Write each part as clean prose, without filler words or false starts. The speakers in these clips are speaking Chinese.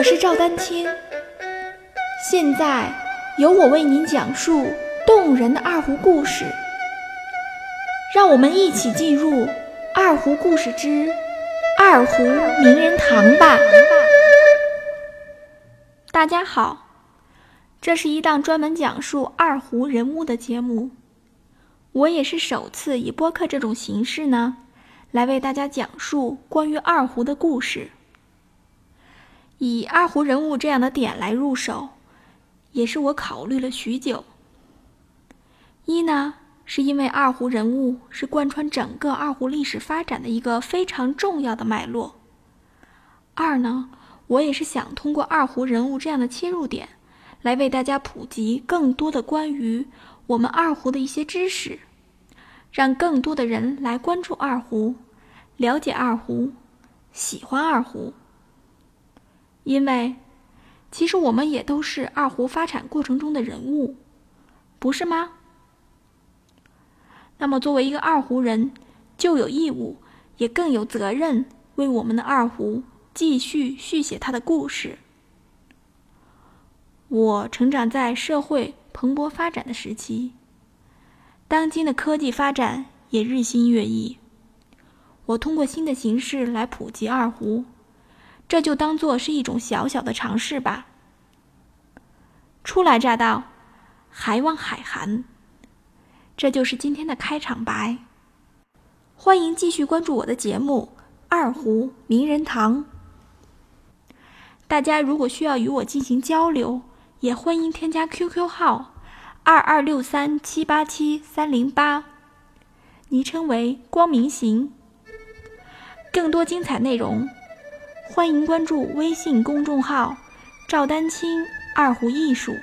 我是赵丹青，现在由我为您讲述动人的二胡故事，让我们一起进入二胡故事之二胡名人堂吧。大家好，这是一档专门讲述二胡人物的节目，我也是首次以播客这种形式呢，来为大家讲述关于二胡的故事。以二胡人物这样的点来入手，也是我考虑了许久。一呢，是因为二胡人物是贯穿整个二胡历史发展的一个非常重要的脉络。二呢，我也是想通过二胡人物这样的切入点，来为大家普及更多的关于我们二胡的一些知识，让更多的人来关注二胡，了解二胡，喜欢二胡。因为其实我们也都是二胡发展过程中的人物，不是吗？那么作为一个二胡人，就有义务也更有责任为我们的二胡继续续写它的故事。我成长在社会蓬勃发展的时期，当今的科技发展也日新月异，我通过新的形式来普及二胡，这就当作是一种小小的尝试吧。初来乍到，还望海涵。这就是今天的开场白。欢迎继续关注我的节目《二胡名人堂》。大家如果需要与我进行交流，也欢迎添加 QQ 号2263787308，昵称为光明行。更多精彩内容，欢迎关注微信公众号赵丹青二胡艺术。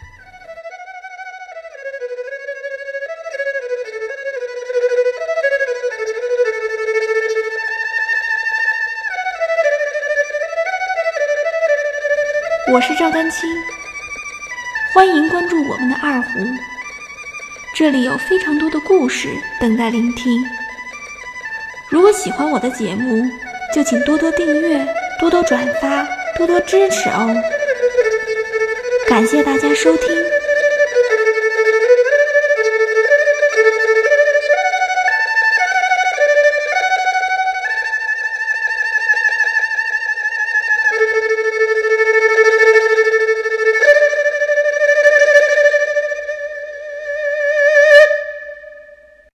我是赵丹青，欢迎关注我们的二胡，这里有非常多的故事等待聆听。如果喜欢我的节目，就请多多订阅，多多转发，多多支持哦。感谢大家收听。